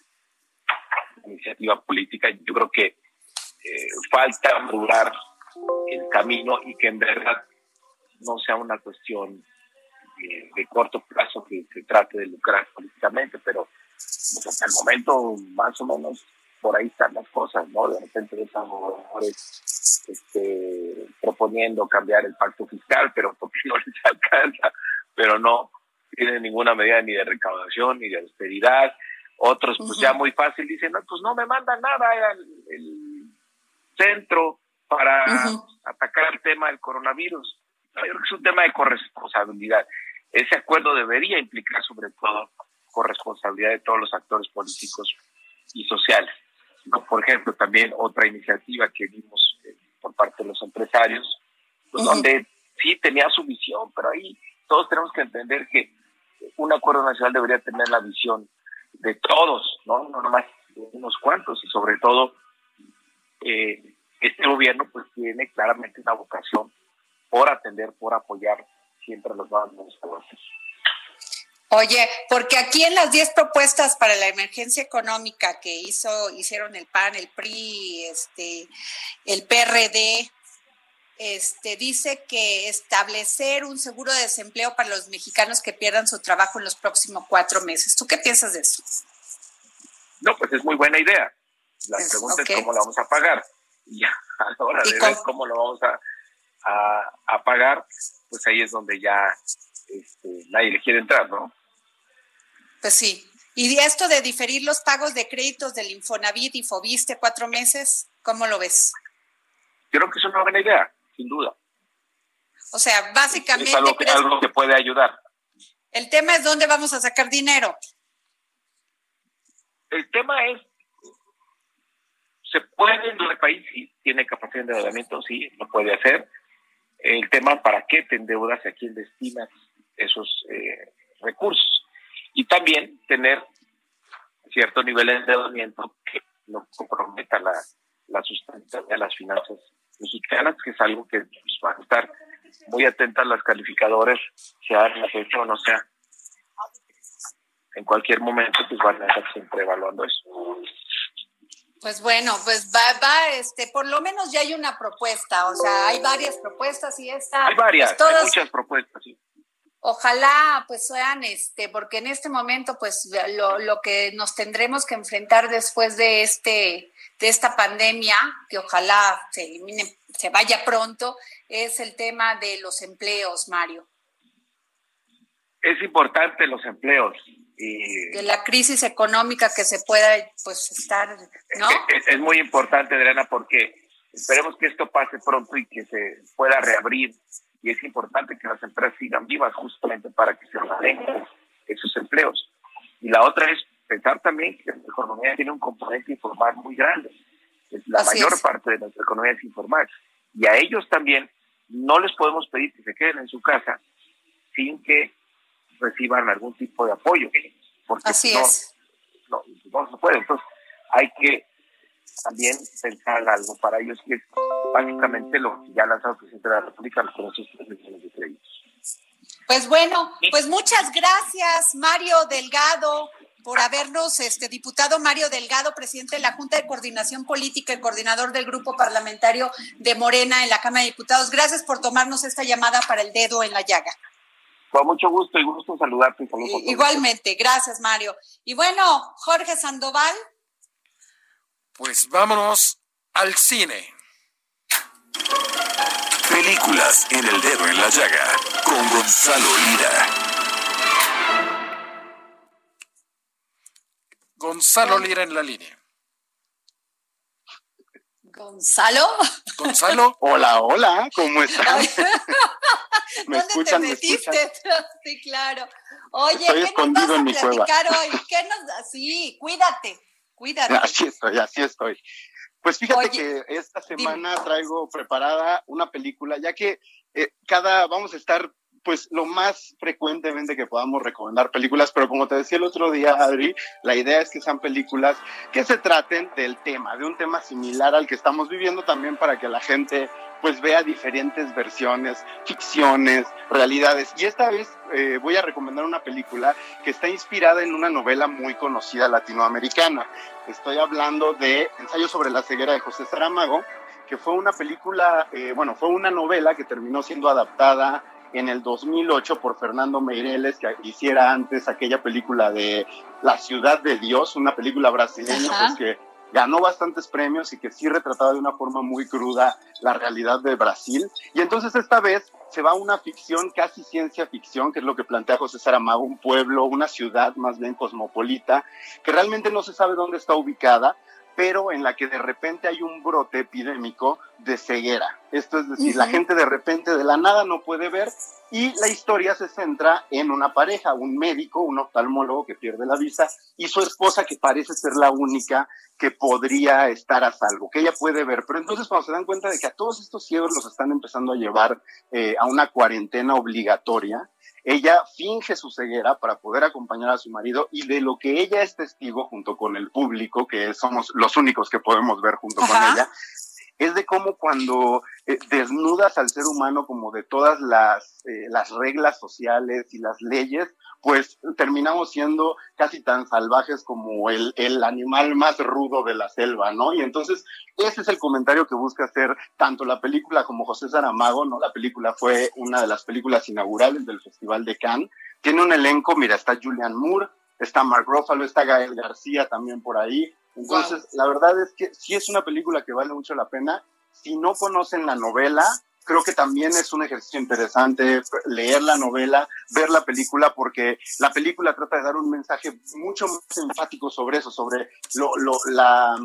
iniciativa política. Yo creo que eh, falta madurar el camino y que en verdad no sea una cuestión de, de corto plazo que se trate de lucrar políticamente, pero pues, hasta el momento más o menos por ahí están las cosas, ¿no? De repente están gobernadores este, proponiendo cambiar el pacto fiscal, pero porque no les alcanza, pero no tienen ninguna medida ni de recaudación ni de austeridad. Otros, pues uh-huh. ya muy fácil dicen, no, pues no me mandan nada el, el centro para uh-huh. atacar el tema del coronavirus. Yo creo que es un tema de corresponsabilidad. Ese acuerdo debería implicar sobre todo corresponsabilidad de todos los actores políticos y sociales. ¿No? Por ejemplo, también otra iniciativa que vimos eh, por parte de los empresarios, pues, uh-huh. donde sí tenía su visión, pero ahí todos tenemos que entender que un acuerdo nacional debería tener la visión de todos, no, no nomás de unos cuantos, y sobre todo eh, este gobierno pues tiene claramente una vocación por atender, por apoyar siempre a los más necesitados. Oye, porque aquí en las diez propuestas para la emergencia económica que hizo hicieron el P A N, el P R I, este, el P R D, este, dice que establecer un seguro de desempleo para los mexicanos que pierdan su trabajo en los próximos cuatro meses. ¿Tú qué piensas de eso? No, pues es muy buena idea. La es, pregunta okay. es cómo la vamos a pagar. Y ya a la hora de cómo? ver cómo lo vamos a, a, a pagar, pues ahí es donde ya este, nadie le quiere entrar, ¿no? Pues sí. Y esto de diferir los pagos de créditos del Infonavit y Fobiste cuatro meses, ¿cómo lo ves? Yo creo que es una buena idea, sin duda. O sea, básicamente... Es algo que, algo que puede ayudar. El tema es dónde vamos a sacar dinero. El tema es, se puede en el país, sí, tiene capacidad de endeudamiento, sí, lo puede hacer. El tema, ¿para qué te endeudas y a quién destinas esos eh, recursos? Y también tener cierto nivel de endeudamiento que no comprometa la, la sustentabilidad de las finanzas mexicanas, que es algo que pues, van a estar muy atentas las calificadoras, sea en la fecha o no sea. En cualquier momento pues van a estar siempre evaluando eso. Pues bueno, pues va, va, este, por lo menos ya hay una propuesta, o sea, hay varias propuestas y esta... Hay varias, pues todos, hay muchas propuestas, sí. Ojalá pues sean, este, porque en este momento pues lo, lo que nos tendremos que enfrentar después de este, de esta pandemia, que ojalá se elimine, se vaya pronto, es el tema de los empleos, Mario. Es importante los empleos. Y de la crisis económica que se pueda pues estar, ¿no? Es, es muy importante, Adriana, porque esperemos que esto pase pronto y que se pueda reabrir, y es importante que las empresas sigan vivas justamente para que se mantengan esos empleos. Y la otra es pensar también que la economía tiene un componente informal muy grande. La Así mayor es. parte de nuestra economía es informal, y a ellos también no les podemos pedir que se queden en su casa sin que reciban algún tipo de apoyo, porque Así no, es. No, no se puede. Entonces hay que también pensar algo para ellos, que es básicamente lo que ya ha lanzado el presidente de la República con esos tres millones de créditos. Pues bueno, pues muchas gracias, Mario Delgado, por habernos, este diputado Mario Delgado, presidente de la Junta de Coordinación Política y coordinador del Grupo Parlamentario de Morena en la Cámara de Diputados. Gracias por tomarnos esta llamada para el dedo en la llaga. Con mucho gusto y gusto saludarte. Y igualmente, gracias, Mario. Y bueno, Jorge Sandoval. Pues vámonos al cine. Películas en el dedo en la llaga con Gonzalo Lira. Gonzalo Lira en la línea. ¿Gonzalo? ¿Gonzalo? Hola, hola, ¿cómo están? ¿Me ¿Dónde escuchan, te metiste? Sí, claro. Oye, estoy ¿qué escondido nos vas en a mi platicar cueva. hoy? ¿Qué nos... Sí, cuídate, cuídate. Así estoy, así estoy. Pues fíjate Oye, que esta semana dime. traigo preparada una película, ya que eh, cada, vamos a estar pues lo más frecuentemente que podamos recomendar películas, pero como te decía el otro día, Adri, la idea es que sean películas que se traten del tema, de un tema similar al que estamos viviendo, también para que la gente pues vea diferentes versiones, ficciones, realidades. Y esta vez eh, voy a recomendar una película que está inspirada en una novela muy conocida latinoamericana. Estoy hablando de Ensayo sobre la ceguera de José Saramago, que fue una película, eh, bueno, fue una novela que terminó siendo adaptada en el dos mil ocho por Fernando Meireles, que hiciera antes aquella película de La Ciudad de Dios, una película brasileña pues, que ganó bastantes premios y que sí retrataba de una forma muy cruda la realidad de Brasil. Y entonces esta vez se va a una ficción, casi ciencia ficción, que es lo que plantea José Saramago, un pueblo, una ciudad más bien cosmopolita, que realmente no se sabe dónde está ubicada, pero en la que de repente hay un brote epidémico de ceguera. Esto es decir, uh-huh. la gente de repente de la nada no puede ver, y la historia se centra en una pareja, un médico, un oftalmólogo que pierde la vista, y su esposa que parece ser la única que podría estar a salvo, que ella puede ver. Pero entonces cuando se dan cuenta de que a todos estos ciegos los están empezando a llevar eh, a una cuarentena obligatoria, ella finge su ceguera para poder acompañar a su marido, y de lo que ella es testigo junto con el público, que somos los únicos que podemos ver junto Ajá. con ella, es de cómo cuando eh, desnudas al ser humano como de todas las, eh, las reglas sociales y las leyes, pues terminamos siendo casi tan salvajes como el, el animal más rudo de la selva, ¿no? Y entonces ese es el comentario que busca hacer tanto la película como José Saramago, ¿no? La película fue una de las películas inaugurales del Festival de Cannes. Tiene un elenco, mira, está Julianne Moore, está Mark Ruffalo, está Gael García también por ahí. Entonces, wow. la verdad es que sí es una película que vale mucho la pena. Si no conocen la novela, creo que también es un ejercicio interesante leer la novela, ver la película, porque la película trata de dar un mensaje mucho más enfático sobre eso, sobre lo, lo, la,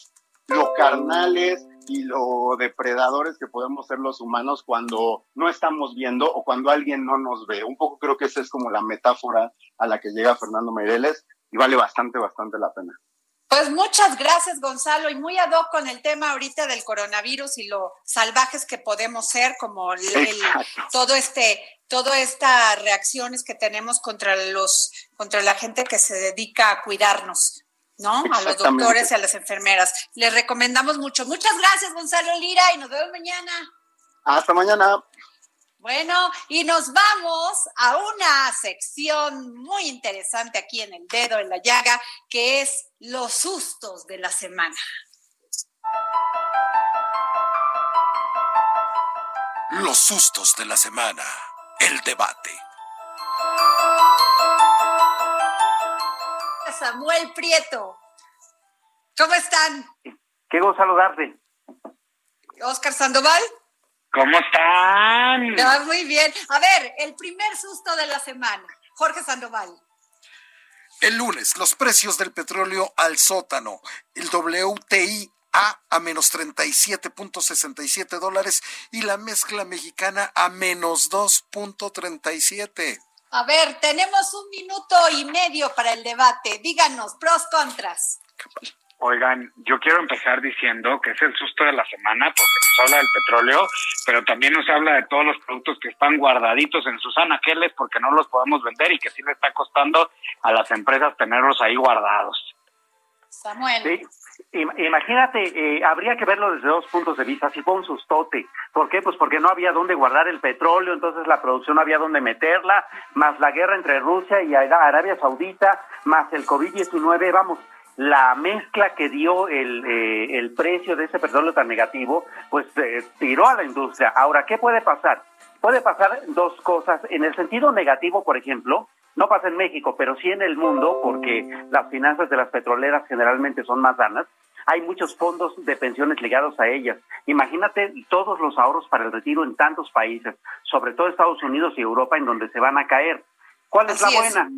lo carnales y lo depredadores que podemos ser los humanos cuando no estamos viendo o cuando alguien no nos ve. Un poco creo que esa es como la metáfora a la que llega Fernando Meireles, y vale bastante, bastante la pena. Pues muchas gracias, Gonzalo, y muy ad hoc con el tema ahorita del coronavirus y lo salvajes que podemos ser, como el, el, todo este, todas estas reacciones que tenemos contra los, contra la gente que se dedica a cuidarnos, ¿no? A los doctores y a las enfermeras. Les recomendamos mucho. Muchas gracias, Gonzalo Lira, y nos vemos mañana. Hasta mañana. Bueno, y nos vamos a una sección muy interesante aquí en El Dedo en la Llaga, que es los sustos de la semana. Los sustos de la semana. El debate. Samuel Prieto, ¿cómo están? Qué gusto saludarte. Oscar Sandoval. ¿Cómo están? Ah, muy bien. A ver, el primer susto de la semana. Jorge Sandoval. El lunes, los precios del petróleo al sótano. El W T I a a menos treinta y siete punto sesenta y siete dólares y la mezcla mexicana a menos dos punto treinta y siete. A ver, tenemos un minuto y medio para el debate. Díganos, pros, contras. Oigan, yo quiero empezar diciendo que es el susto de la semana porque nos habla del petróleo, pero también nos habla de todos los productos que están guardaditos en sus anaqueles porque no los podemos vender y que sí le está costando a las empresas tenerlos ahí guardados. Samuel. Sí, imagínate, eh, habría que verlo desde dos puntos de vista. Si fue un sustote. ¿Por qué? Pues porque no había dónde guardar el petróleo, entonces la producción no había dónde meterla, más la guerra entre Rusia y Arabia Saudita, más el covid diecinueve, vamos. La mezcla que dio el, eh, el precio de ese petróleo tan negativo, pues eh, tiró a la industria. Ahora, ¿qué puede pasar? Puede pasar dos cosas. En el sentido negativo, por ejemplo, no pasa en México, pero sí en el mundo, porque las finanzas de las petroleras generalmente son más sanas. Hay muchos fondos de pensiones ligados a ellas. Imagínate todos los ahorros para el retiro en tantos países, sobre todo Estados Unidos y Europa, en donde se van a caer. ¿Cuál es Así la buena? Es.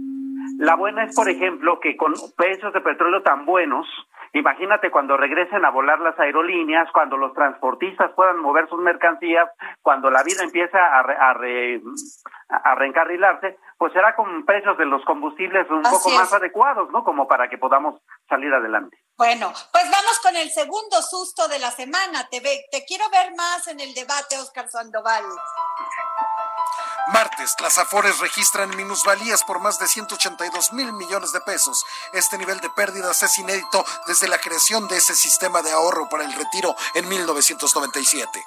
La buena es, por ejemplo, que con precios de petróleo tan buenos, imagínate cuando regresen a volar las aerolíneas, cuando los transportistas puedan mover sus mercancías, cuando la vida empieza a, re, a, re, a reencarrilarse, pues será con precios de los combustibles un Así poco es. más adecuados, ¿no? Como para que podamos salir adelante. Bueno, pues vamos con el segundo susto de la semana. Te, ve, te quiero ver más en el debate, Óscar Sandoval. Martes, las Afores registran minusvalías por más de ciento ochenta y dos mil millones de pesos. Este nivel de pérdidas es inédito desde la creación de ese sistema de ahorro para el retiro en mil novecientos noventa y siete.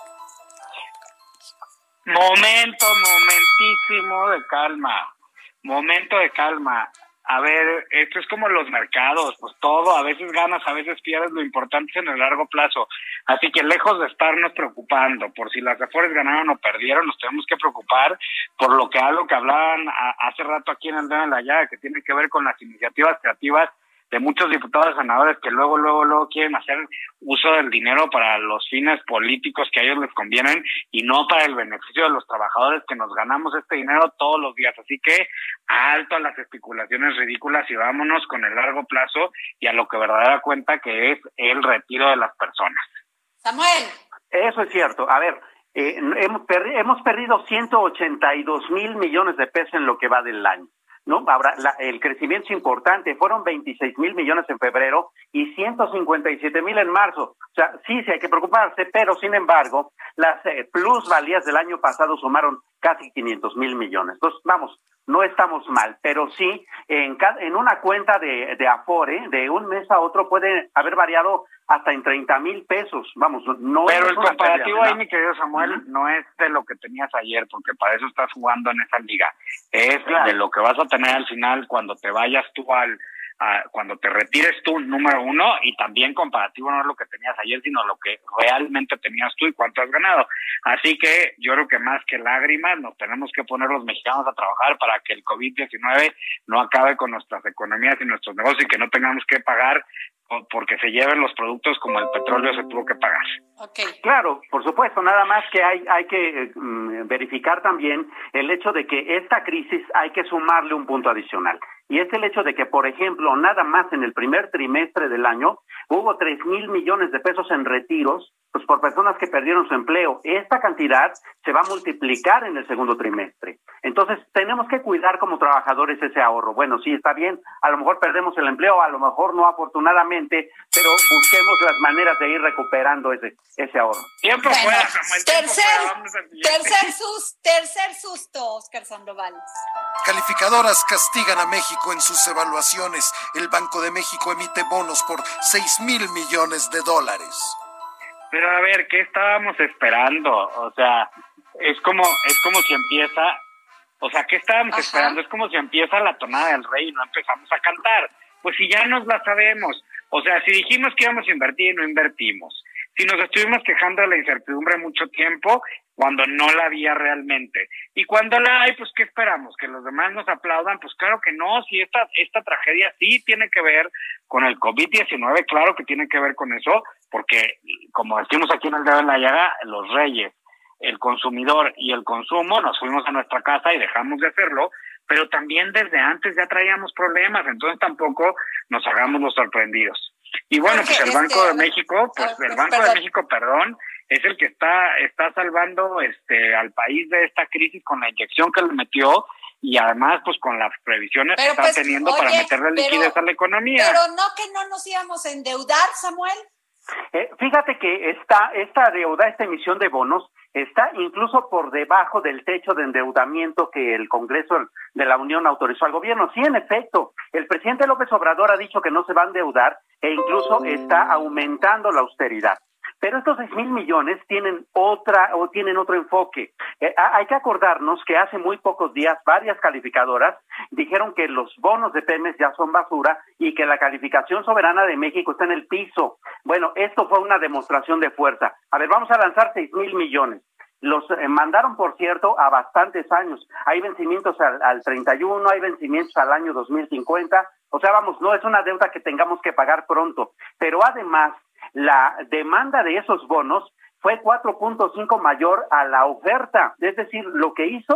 Momento, momentísimo de calma. Momento de calma. A ver, esto es como los mercados, pues todo, a veces ganas, a veces pierdes, lo importante es en el largo plazo. Así que lejos de estarnos preocupando por si las Afores ganaron o perdieron, nos tenemos que preocupar por lo que algo que hablaban a, hace rato aquí en el Dedo en la Llaga, que tiene que ver con las iniciativas creativas de muchos diputados y senadores que luego, luego, luego quieren hacer uso del dinero para los fines políticos que a ellos les convienen y no para el beneficio de los trabajadores que nos ganamos este dinero todos los días. Así que alto a las especulaciones ridículas y vámonos con el largo plazo y a lo que verdadera cuenta, que es el retiro de las personas. Samuel. Eso es cierto. A ver, eh, hemos, perdi- hemos perdido ciento ochenta y dos mil millones de pesos en lo que va del año. ¿No? Ahora, la, el crecimiento es importante, fueron veintiséis mil millones en febrero y ciento cincuenta y siete mil en marzo. O sea, sí, sí hay que preocuparse, pero sin embargo, las eh, plusvalías del año pasado sumaron casi quinientos mil millones. Entonces, vamos, no estamos mal, pero sí, en, cada, en una cuenta de, de Afore, de un mes a otro puede haber variado hasta en treinta mil pesos, vamos, no Pero es el comparativo ahí, mi querido Samuel, uh-huh. no es de lo que tenías ayer, porque para eso estás jugando en esa liga, es claro. de lo que vas a tener al final cuando te vayas tú al, a, cuando te retires tú, número uno, y también comparativo no es lo que tenías ayer, sino lo que realmente tenías tú y cuánto has ganado. Así que yo creo que más que lágrimas nos tenemos que poner los mexicanos a trabajar para que el covid diecinueve no acabe con nuestras economías y nuestros negocios y que no tengamos que pagar porque se lleven los productos como el petróleo se tuvo que pagar. Okay. Claro, por supuesto, nada más que hay hay que um, verificar también el hecho de que esta crisis hay que sumarle un punto adicional. Y es el hecho de que, por ejemplo, nada más en el primer trimestre del año hubo tres mil millones de pesos en retiros, pues por personas que perdieron su empleo. Esta cantidad se va a multiplicar en el segundo trimestre. Entonces, tenemos que cuidar como trabajadores ese ahorro. Bueno, sí, está bien, a lo mejor perdemos el empleo, a lo mejor no afortunadamente, pero busquemos las maneras de ir recuperando ese ese ahorro. Tiempo bueno, fuera, Samuel, tercer, tiempo fuera, tercer, sus, tercer susto, Óscar Sandoval. Calificadoras castigan a México en sus evaluaciones. El Banco de México emite bonos por seis mil millones de dólares. Pero a ver, ¿qué estábamos esperando? O sea, es como es como si empieza, o sea, ¿qué estábamos Ajá. esperando? Es como si empieza la tonada del rey y no empezamos a cantar. Pues si ya nos la sabemos. O sea, si dijimos que íbamos a invertir y no invertimos. Si nos estuvimos quejando de la incertidumbre mucho tiempo cuando no la había realmente. Y cuando la hay, pues ¿qué esperamos? ¿Que los demás nos aplaudan? Pues claro que no. Si esta esta tragedia sí tiene que ver con el covid diecinueve, claro que tiene que ver con eso, porque como decimos aquí en el Dedo en la Llaga, los reyes, el consumidor y el consumo, nos fuimos a nuestra casa y dejamos de hacerlo, pero también desde antes ya traíamos problemas, entonces tampoco nos hagamos los sorprendidos. Y bueno, pues el Banco de México, pues el Banco de México, perdón, es el que está está salvando este al país de esta crisis con la inyección que le metió y además pues con las previsiones pero que está pues, teniendo oye, para meterle liquidez a la economía. Pero no que no nos íbamos a endeudar, Samuel. Eh, fíjate que esta, esta deuda, esta emisión de bonos, está incluso por debajo del techo de endeudamiento que el Congreso de la Unión autorizó al gobierno. Sí, en efecto, el presidente López Obrador ha dicho que no se va a endeudar e incluso está aumentando la austeridad. Pero estos seis mil millones tienen otra o tienen otro enfoque. Eh, hay que acordarnos que hace muy pocos días varias calificadoras dijeron que los bonos de Pemex ya son basura y que la calificación soberana de México está en el piso. Bueno, esto fue una demostración de fuerza. A ver, vamos a lanzar seis mil millones. Los eh, mandaron, por cierto, a bastantes años. Hay vencimientos al, al treinta y uno, hay vencimientos al año dos mil cincuenta. O sea, vamos, no es una deuda que tengamos que pagar pronto. Pero además, la demanda de esos bonos fue cuatro punto cinco mayor a la oferta. Es decir, lo que hizo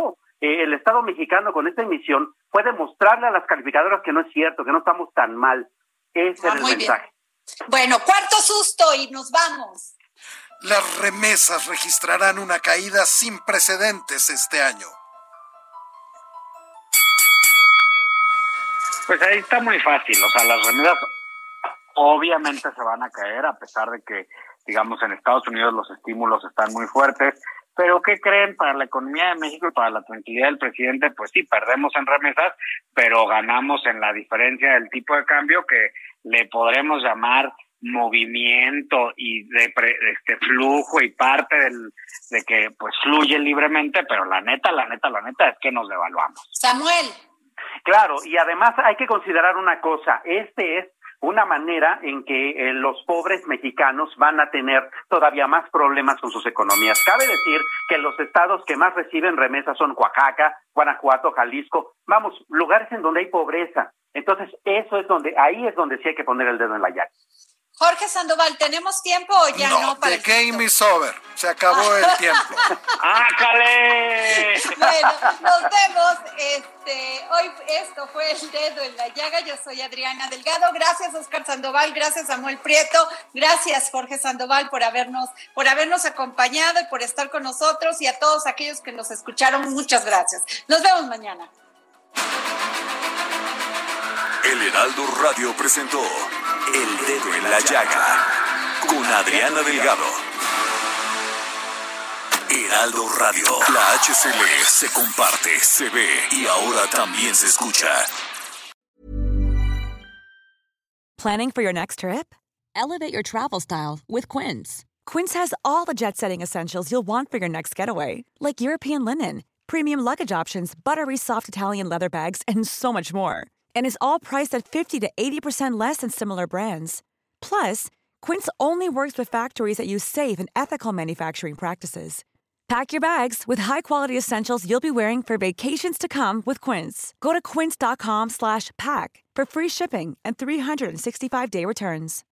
eh, el Estado mexicano con esta emisión puede mostrarle a las calificadoras que no es cierto, que no estamos tan mal. Ese Ah, es el muy bien. mensaje. Bueno, cuarto susto y nos vamos. Las remesas registrarán una caída sin precedentes este año. Pues ahí está muy fácil, o sea, las remesas obviamente se van a caer, a pesar de que, digamos, en Estados Unidos los estímulos están muy fuertes, pero ¿qué creen? Para la economía de México y para la tranquilidad del presidente, pues sí, perdemos en remesas, pero ganamos en la diferencia del tipo de cambio que le podremos llamar movimiento y de pre, este flujo y parte del de que pues fluye libremente, pero la neta, la neta, la neta es que nos devaluamos. Samuel. Claro, y además hay que considerar una cosa, este es una manera en que eh, los pobres mexicanos van a tener todavía más problemas con sus economías. Cabe decir que los estados que más reciben remesas son Oaxaca, Guanajuato, Jalisco, vamos, lugares en donde hay pobreza. Entonces, eso es donde, ahí es donde sí hay que poner el dedo en la llaga. Jorge Sandoval, ¿tenemos tiempo o ya no? No, para the game is over. Se acabó el tiempo. ¡Ácale! Bueno, nos vemos. Este, hoy esto fue El Dedo en la Llaga. Yo soy Adriana Delgado. Gracias, Oscar Sandoval. Gracias, Samuel Prieto. Gracias, Jorge Sandoval, por habernos, por habernos acompañado y por estar con nosotros. Y a todos aquellos que nos escucharon, muchas gracias. Nos vemos mañana. El Heraldo Radio presentó El Dedo en la Llaga con Adriana Delgado. Heraldo Radio, la H C L se comparte, se ve y ahora también se escucha. Planning for your next trip? Elevate your travel style with Quince. Quince has all the jet-setting essentials you'll want for your next getaway, like European linen, premium luggage options, buttery soft Italian leather bags, and so much more. And is all priced at fifty to eighty percent less than similar brands. Plus, Quince only works with factories that use safe and ethical manufacturing practices. Pack your bags with high-quality essentials you'll be wearing for vacations to come with Quince. Go to quince.com slash pack for free shipping and three sixty-five day returns.